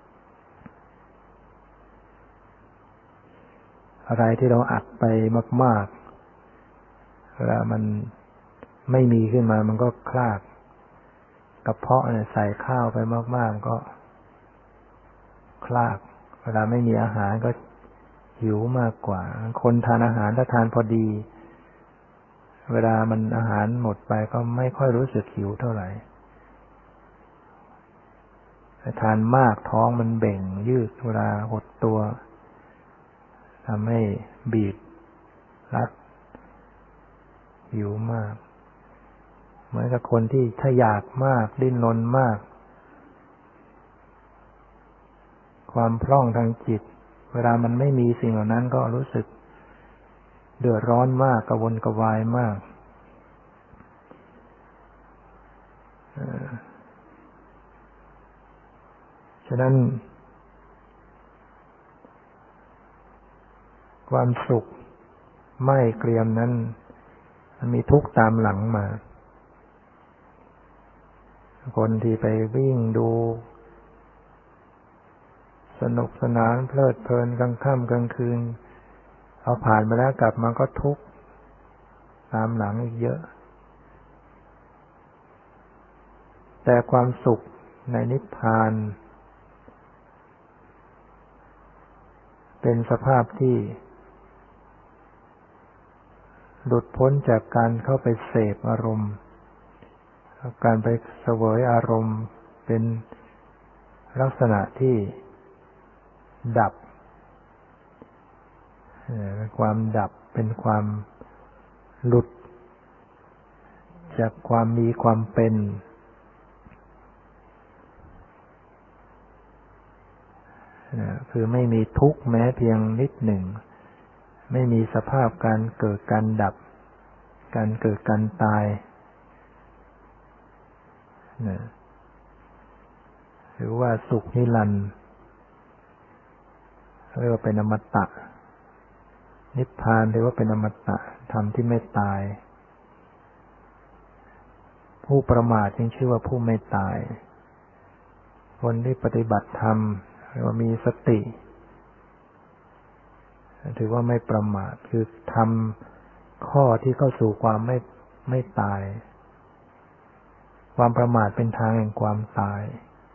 อะไรที่เราอัดไปมากๆเวลามันไม่มีขึ้นมามันก็คลากกระเพาะเนี่ยใส่ข้าวไปมากๆก็คลากเวลาไม่มีอาหารก็หิวมากกว่าคนทานอาหารถ้าทานพอดีเวลามันอาหารหมดไปก็ไม่ค่อยรู้สึกหิวเท่าไหร่แต่ทานมากท้องมันเบ่งยืดเวลาหดตัวทำให้บีบรัดหิวมากเหมือนกับคนที่ถ้าอยากมากดิ้นรนมากความพร่องทางจิตเวลามันไม่มีสิ่งเหล่านั้นก็รู้สึกเดือดร้อนมากกระวนกระวายมากฉะนั้นความสุขไม่เกรียมนั้นมันมีทุกข์ตามหลังมาคนที่ไปวิ่งดูสนุกสนานเพลิดเพลินกลางค่ำกลางคืนเอาผ่านไปแล้วกลับมาก็ทุกข์ตามหลังอีกเยอะแต่ความสุขในนิพพานเป็นสภาพที่หลุดพ้นจากการเข้าไปเสพอารมณ์การไปเสวยอารมณ์เป็นลักษณะที่ดับเป็นความดับเป็นความหลุดจากความมีความเป็นคือไม่มีทุกข์แม้เพียงนิดหนึ่งไม่มีสภาพการเกิดการดับการเกิดการตายหรือว่าสุขนิรันดร์เรียกว่าเป็นอมตะนิพพานเรียกว่าเป็นอมตะธรรมที่ไม่ตายผู้ประมาทจึงชื่อว่าผู้ไม่ตายคนที่ปฏิบัติธรรมเรียกว่ามีสติถือว่าไม่ประมาทคือทำข้อที่เข้าสู่ความไม่ไม่ตายความประมาทเป็นทางแห่งความตาย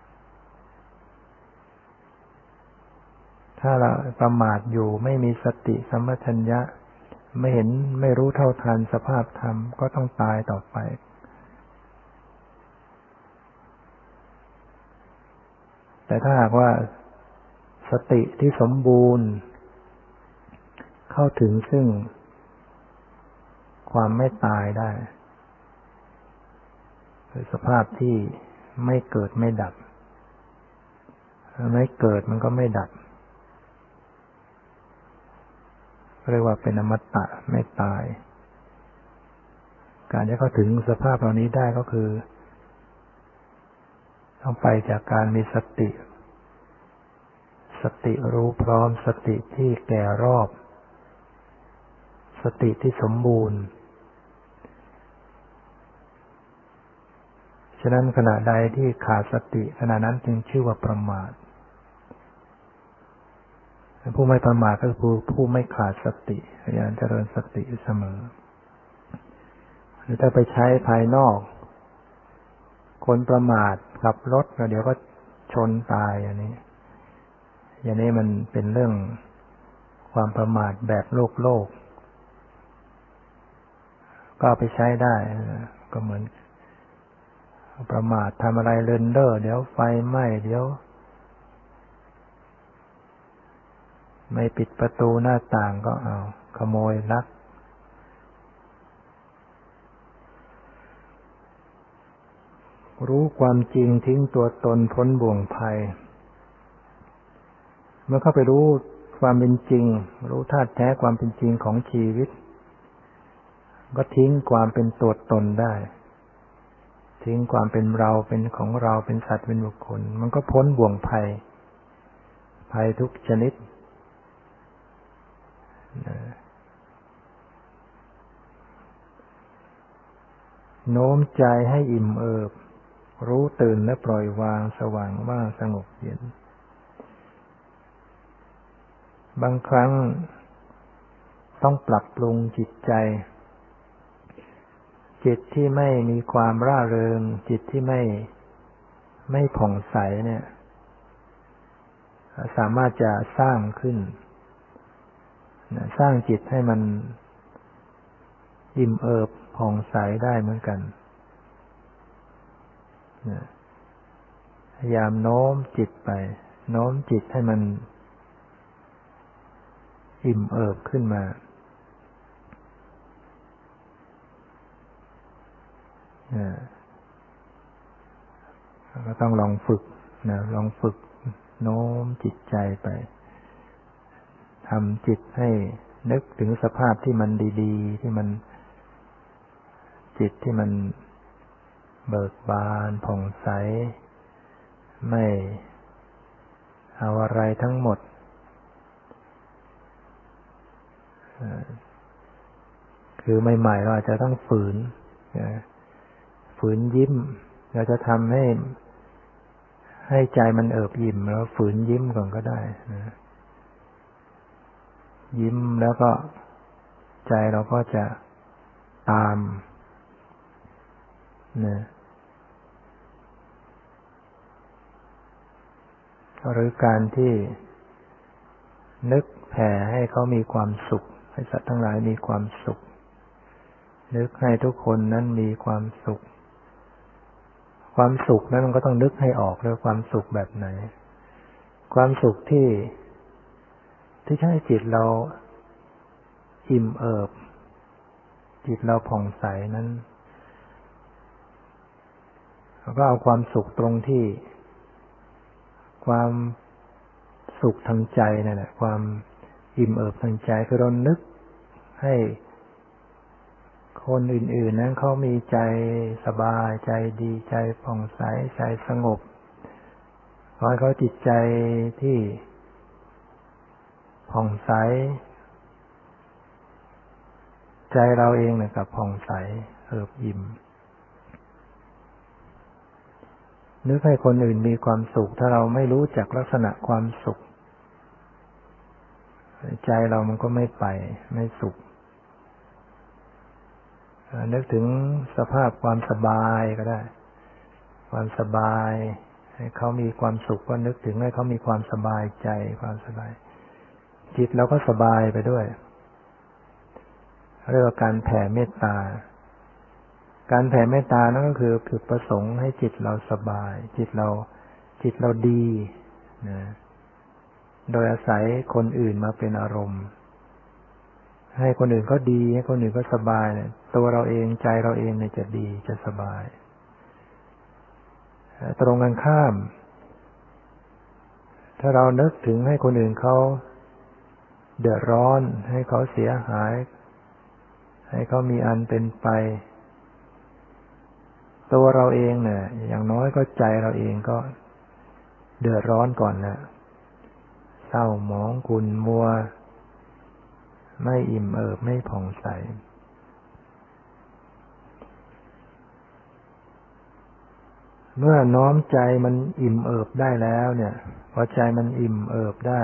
ถ้าเราประมาทอยู่ไม่มีสติสัมปชัญญะไม่เห็นไม่รู้เท่าทันสภาพธรรมก็ต้องตายต่อไปแต่ถ้าหากว่าสติที่สมบูรณ์เข้าถึงซึ่งความไม่ตายได้คือสภาพที่ไม่เกิดไม่ดับไม่เกิดมันก็ไม่ดับเรียกว่าเป็นอมตะไม่ตายการจะเข้าถึงสภาพเหล่านี้ได้ก็คือต้องไปจากการมีสติสติรู้พร้อมสติที่แก่รอบสติที่สมบูรณ์ฉะนั้นขณะใดที่ขาดสติขณะนั้นจึงชื่อว่าประมาทผู้ไม่ประมาทก็คือผู้ไม่ขาดสติพยายามเจริญสติเสมอหรือถ้าไปใช้ภายนอกคนประมาทขับรถแล้วเดี๋ยวก็ชนตายอย่างนี้อย่างนี้มันเป็นเรื่องความประมาทแบบโลกโลกก็เอาไปใช้ได้ก็เหมือนประมาททำอะไรเลินเล่อเดี๋ยวไฟไหม้เดี๋ยวไม่ปิดประตูหน้าต่างก็เอาขโมยลักรู้ความจริงทิ้งตัวตนพ้นบ่วงภัยเมื่อเข้าไปรู้ความเป็นจริงรู้ธาตุแท้ความเป็นจริงของชีวิตก็ทิ้งความเป็นตัวตนได้ทิ้งความเป็นเราเป็นของเราเป็นสัตว์เป็นบุคคลมันก็พ้นบ่วงภัยภัยทุกชนิดโน้มใจให้อิ่มเอิบรู้ตื่นและปล่อยวางสว่างว่างสงบเย็นบางครั้งต้องปรับปรุงจิตใจจิตที่ไม่มีความร่าเริงจิตที่ไม่ไม่ผ่องใสเนี่ยสามารถจะสร้างขึ้นสร้างจิตให้มันอิ่มเอิบผ่องใสได้เหมือนกันพยายามโน้มจิตไปโน้มจิตให้มันอิ่มเอิบขึ้นมาก็ต้องลองฝึกนะลองฝึกโน้มจิตใจไปทำจิตให้นึกถึงสภาพที่มันดีๆที่มันจิตที่มันเบิกบานผ่องใสไม่เอาอะไรทั้งหมดคือใหม่ๆเราอาจจะต้องฝืนฝืนยิ้มเราจะทำให้ให้ใจมันเอิบอิ่มแล้วฝืนยิ้มก่อนก็ได้นะยิ้มแล้วก็ใจเราก็จะตามนะหรือการที่นึกแผ่ให้เขามีความสุขให้สัตว์ทั้งหลายมีความสุขนึกให้ทุกคนนั้นมีความสุขความสุขนั้นมันก็ต้องนึกให้ออกเลยความสุขแบบไหนความสุขที่ที่ให้จิตเราอิ่มเอิบจิตเราผ่องใสนั้นเราก็เอาความสุขตรงที่ความสุขทางใจนั่นแหละความอิ่มเอิบทางใจคือเรานึกให้คนอื่นๆนั้นเขามีใจสบายใจดีใจผ่องใสใจสงบขอให้เขาจิตใจที่ผ่องใสใจเราเองเนี่ยกับผ่องใสเอิบอิ่มนึกให้คนอื่นมีความสุขถ้าเราไม่รู้จักลักษณะความสุขใจเรามันก็ไม่ไปไม่สุขนึกถึงสภาพความสบายก็ได้ความสบายให้เขามีความสุขก็นึกถึงให้เขามีความสบายใจความสบายจิตเราก็สบายไปด้วยเรียกว่าการแผ่เมตตาการแผ่เมตตานั่นก็คือจุดประสงค์ให้จิตเราสบายจิตเราจิตเราดีนะโดยอาศัยคนอื่นมาเป็นอารมณ์ให้คนอื่นก็ดีให้คนอื่นก็สบายเนี่ยตัวเราเองใจเราเองเนี่ยจะดีจะสบายตรงกันข้ามถ้าเรานึกถึงให้คนอื่นเขาเดือดร้อนให้เขาเสียหายให้เขามีอันเป็นไปตัวเราเองเนี่ยอย่างน้อยก็ใจเราเองก็เดือดร้อนก่อนนะเศร้าหมองขุ่นมัวไม่อิ่มเอิบไม่ผ่องใสเมื่อน้อมใจมันอิ่มเอิบได้แล้วเนี่ยพอใจมันอิ่มเอิบได้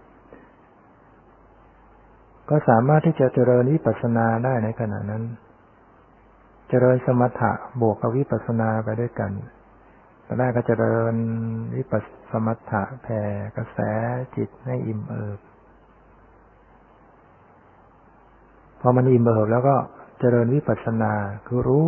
ก็สามารถที่จะเจริญวิปัสสนาได้ในขณะนั้นเจริญสมถะบวกกับวิปัสสนาไปด้วยกันตอนแรกก็เจริญวิปัสสมถะแผ่กระแสจิตให้อิ่มเอิบพอมันอิ่มเอิบแล้วก็เจริญวิปัสสนาคือรู้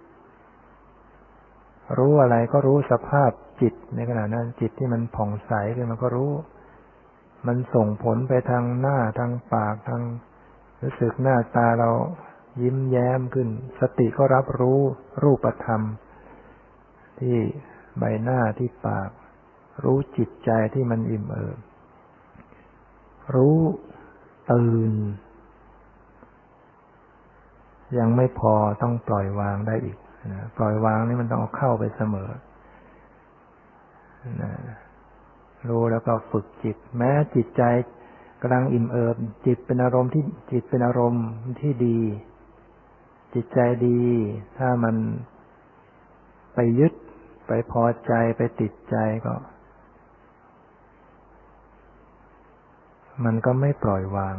รู้อะไรก็รู้สภาพจิตในขณะนั้นจิตที่มันผ่องใสขึ้นมันก็รู้มันส่งผลไปทางหน้าทางปากทางรู้สึกหน้าตาเรายิ้มแย้มขึ้นสติก็รับรู้รูปธรรมที่ใบหน้าที่ปากรู้จิตใจที่มันอิ่มเอิบรู้ตื่นยังไม่พอต้องปล่อยวางได้อีกนะปล่อยวางนี่มันต้องเอาเข้าไปเสมอนะรู้แล้วก็ฝึกจิตแม้จิตใจกำลังอิ่มเอิบจิตเป็นอารมณ์ที่จิตเป็นอารมณ์ที่ดีจิตใจดีถ้ามันไปยึดไปพอใจไปติดใจก็มันก็ไม่ปล่อยวาง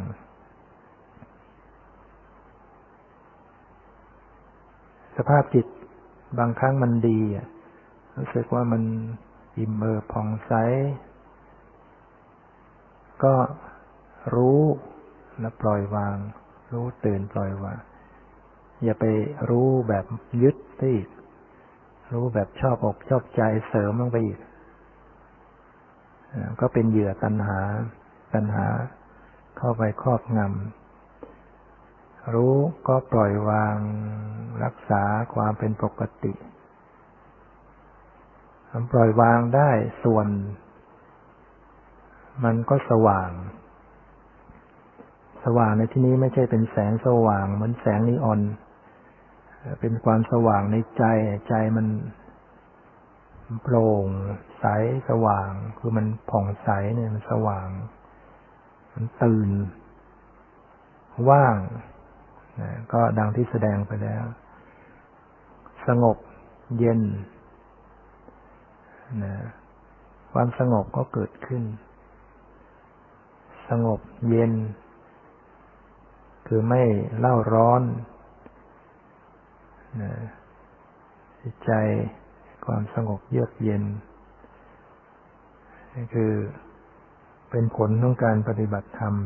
สภาพจิตบางครั้งมันดีรู้สึกว่ามันอิ่มเอิบผ่องใสก็รู้และปล่อยวางรู้ตื่นปล่อยวางอย่าไปรู้แบบยึดติดรู้แบบชอบอกชอบใจเสริมลงไปอีกก็เป็นเหยื่อตัณหาตัณหาเข้าไปครอบงำรู้ก็ปล่อยวางรักษาความเป็นปกติทำปล่อยวางได้ส่วนมันก็สว่างสว่างในที่นี้ไม่ใช่เป็นแสงสว่างเหมือนแสงนีออนเป็นความสว่างในใจใจมันโปร่งใสสว่างคือมันผ่องใสเนี่ยมันสว่างมันตื่นว่างนะก็ดังที่แสดงไปแล้วสงบเย็นนะความสงบก็เกิดขึ้นสงบเย็นคือไม่เล่าร้อนนะจิตใจความสงบเยือกเย็นนี่คือเป็นผลของการปฏิบัติธรรม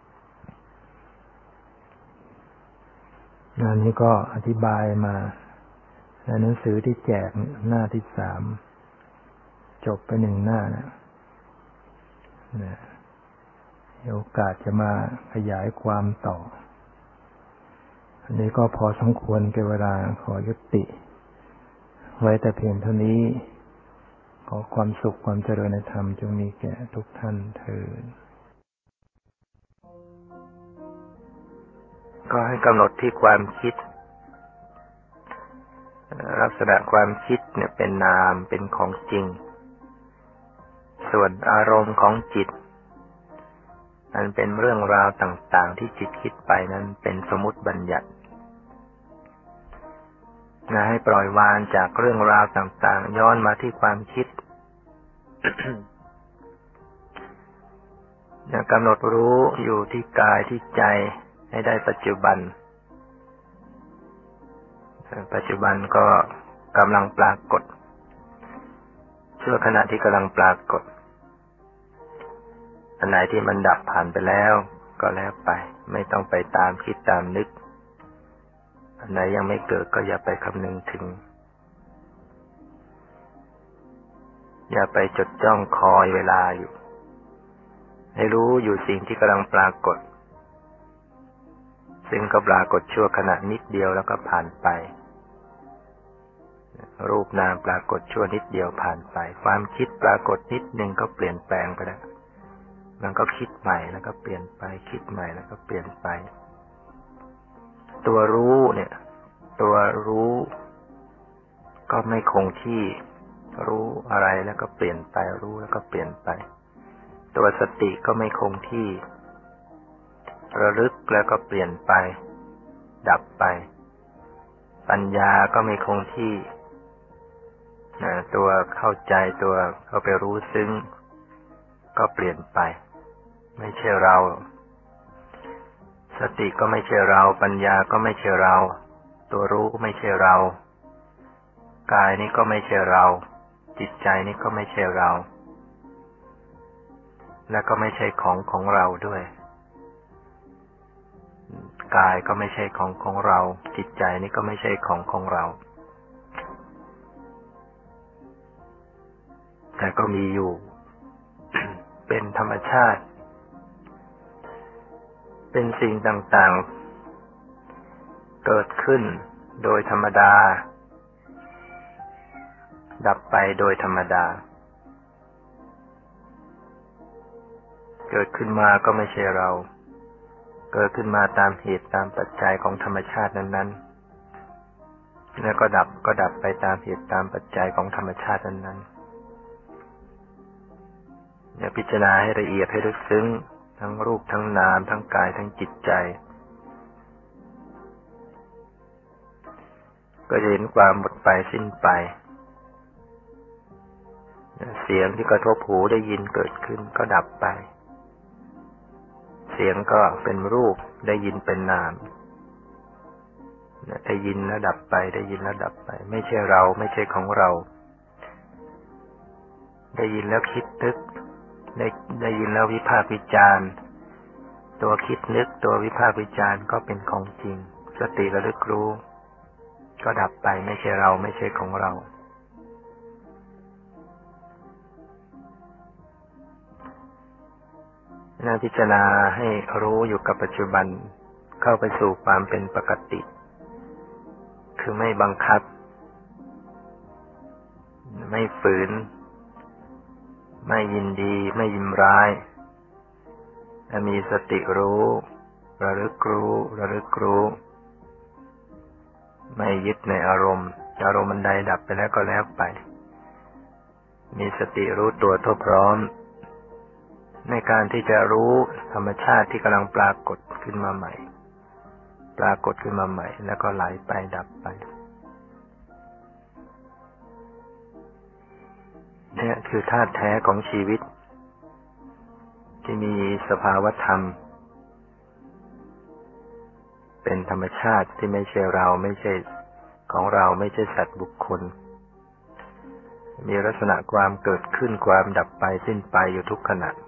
งานนี้ก็อธิบายมาในหนังสือที่แจกหน้าที่สามจบไปหนึ่งหน้านะนะมีโอกาสจะมาขยายความต่ออันนี้ก็พอสมควรแก่เวลาขอยุติไว้แต่เพียงเท่านี้ขอความสุขความเจริญในธรรมจงมีแก่ทุกท่านเทอญก็ให้กำหนดที่ความคิดลักษณะความคิดเนี่ยเป็นนามเป็นของจริงส่วนอารมณ์ของจิตมันเป็นเรื่องราวต่างๆที่จิตคิดไปนั้นเป็นสมมุติบัญญัตินะให้ปล่อยวางจากเรื่องราวต่างๆย้อนมาที่ความคิด นะกำหนดรู้อยู่ที่กายที่ใจให้ได้ปัจจุบันปัจจุบันก็กำลังปรากฏชั่วขณะที่กำลังปรากฏอันไหนที่มันดับผ่านไปแล้วก็แล้วไปไม่ต้องไปตามคิดตามนึกอันไหนยังไม่เกิดก็อย่าไปคำนึงถึงอย่าไปจดจ้องคอยเวลาอยู่ให้รู้อยู่สิ่งที่กำลังปรากฏซึ่งก็ปรากฏชั่วขณะนิดเดียวแล้วก็ผ่านไปรูปนามปรากฏชั่วนิดเดียวผ่านไปความคิดปรากฏนิดนึงก็เปลี่ยนแปลงไปแล้วมันก็คิดใหม่แล้วก็เปลี่ยนไปคิดใหม่แล้วก็เปลี่ยนไปตัวรู้เนี่ยตัวรู้ก็ไม่คงที่รู้อะไรแล้วก็เปลี่ยนไปรู้แล้วก็เปลี่ยนไปตัวสติก็ไม่คงที่ระลึกแล้วก็เปลี่ยนไปดับไปปัญญาก็ไม่คงที่นะตัวเข้าใจตัวเข้าไปรู้ซึ้งก็เปลี่ยนไปไม่ใช่เราสติก็ไม่ใช่เราปัญญาก็ไม่ใช่เราตัวรู้ก็ไม่ใช่เรากายนี้ก็ไม่ใช่เราจิตใจนี้ก็ไม่ใช่เราและก็ไม่ใช่ของของเราด้วยกายก็ไม่ใช่ของของเราจิตใจนี้ก็ไม่ใช่ของของเราแต่ก็มีอยู่ เป็นธรรมชาติเป็นสิ่งต่างๆเกิดขึ้นโดยธรรมดาดับไปโดยธรรมดาเกิดขึ้นมาก็ไม่ใช่เราเกิดขึ้นมาตามเหตุตามปัจจัยของธรรมชาตินั้นๆแล้วก็ดับก็ดับไปตามเหตุตามปัจจัยของธรรมชาตินั้นๆอย่าพิจารณาให้ละเอียดให้ลึกซึ้งทั้งรูปทั้งนามทั้งกายทั้งจิตใจก็จะเห็นความหมดไปสิ้นไปเสียงที่กระทบหูได้ยินเกิดขึ้นก็ดับไปเสียงก็เป็นรูปได้ยินเป็นนามได้ยินแล้วดับไปได้ยินแล้วดับไปไม่ใช่เราไม่ใช่ของเราได้ยินแล้วคิดนึกได้ได้ยินแล้ววิพากษ์วิจารณ์ตัวคิดนึกตัววิพากษ์วิจารณ์ก็เป็นของจริงสติระลึกรู้ก็ดับไปไม่ใช่เราไม่ใช่ของเราน่าพิจารณาให้รู้อยู่กับปัจจุบันเข้าไปสู่ความเป็นปกติคือไม่บังคับไม่ฝืนไม่ยินดีไม่ยินร้ายและมีสติรู้ระลึกรู้ระลึกรู้ไม่ยึดในอารมณ์อารมณ์มันใดดับไปแล้วก็แล้วไปมีสติรู้ตัวทั่วพร้อมในการที่จะรู้ธรรมชาติที่กำลังปรากฏขึ้นมาใหม่ปรากฏขึ้นมาใหม่แล้วก็ไหลไปดับไปนี่คือธาตุแท้ของชีวิตที่มีสภาวธรรมเป็นธรรมชาติที่ไม่ใช่เราไม่ใช่ของเราไม่ใช่สัตว์บุคคลมีลักษณะความเกิดขึ้นความดับไปสิ้นไปอยู่ทุกขณะ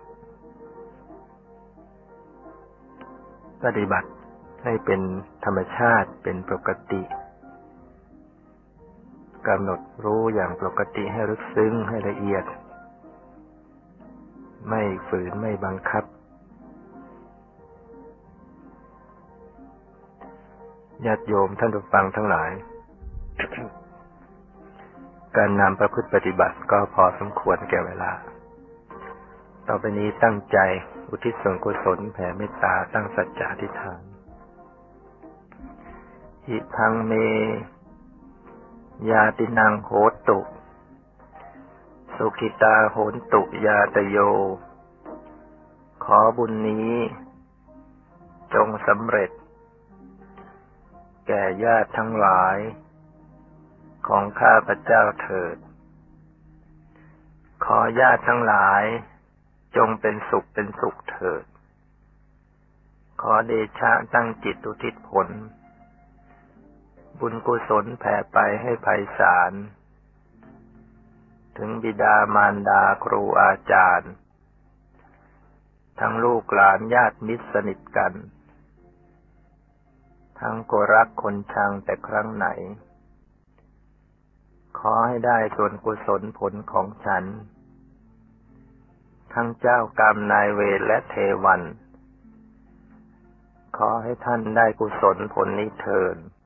ปฏิบัติให้เป็นธรรมชาติเป็นปกติกำหนดรู้อย่างปกติให้ลึกซึ้งให้ละเอียดไม่ฝืนไม่บังคับญาติโยมท่านผู้ฟังทั้งหลาย การนำประพฤติปฏิบัติก็พอสมควรแก่เวลาต่อไปนี้ตั้งใจอุทิศส่วนกุศลแผ่เมตตาตั้งสัจจะอธิษฐานอิทังเมยาตินังโหตุสุขิตาโหนตุยาตโยขอบุญนี้จงสำเร็จแก่ญาติทั้งหลายของข้าพเจ้าเถิดขอญาติทั้งหลายจงเป็นสุขเป็นสุขเถิดขอเดชะตั้งจิตอุทิศผลบุญกุศลแผ่ไปให้ไพศาลถึงบิดามารดาครูอาจารย์ทั้งลูกหลานญาติมิตรสนิทกันทั้งคนรักคนชังแต่ครั้งไหนขอให้ได้ส่วนกุศลผลของฉันทั้งเจ้ากรรมนายเวรและเทวันขอให้ท่านได้กุศลผลนี้เถิด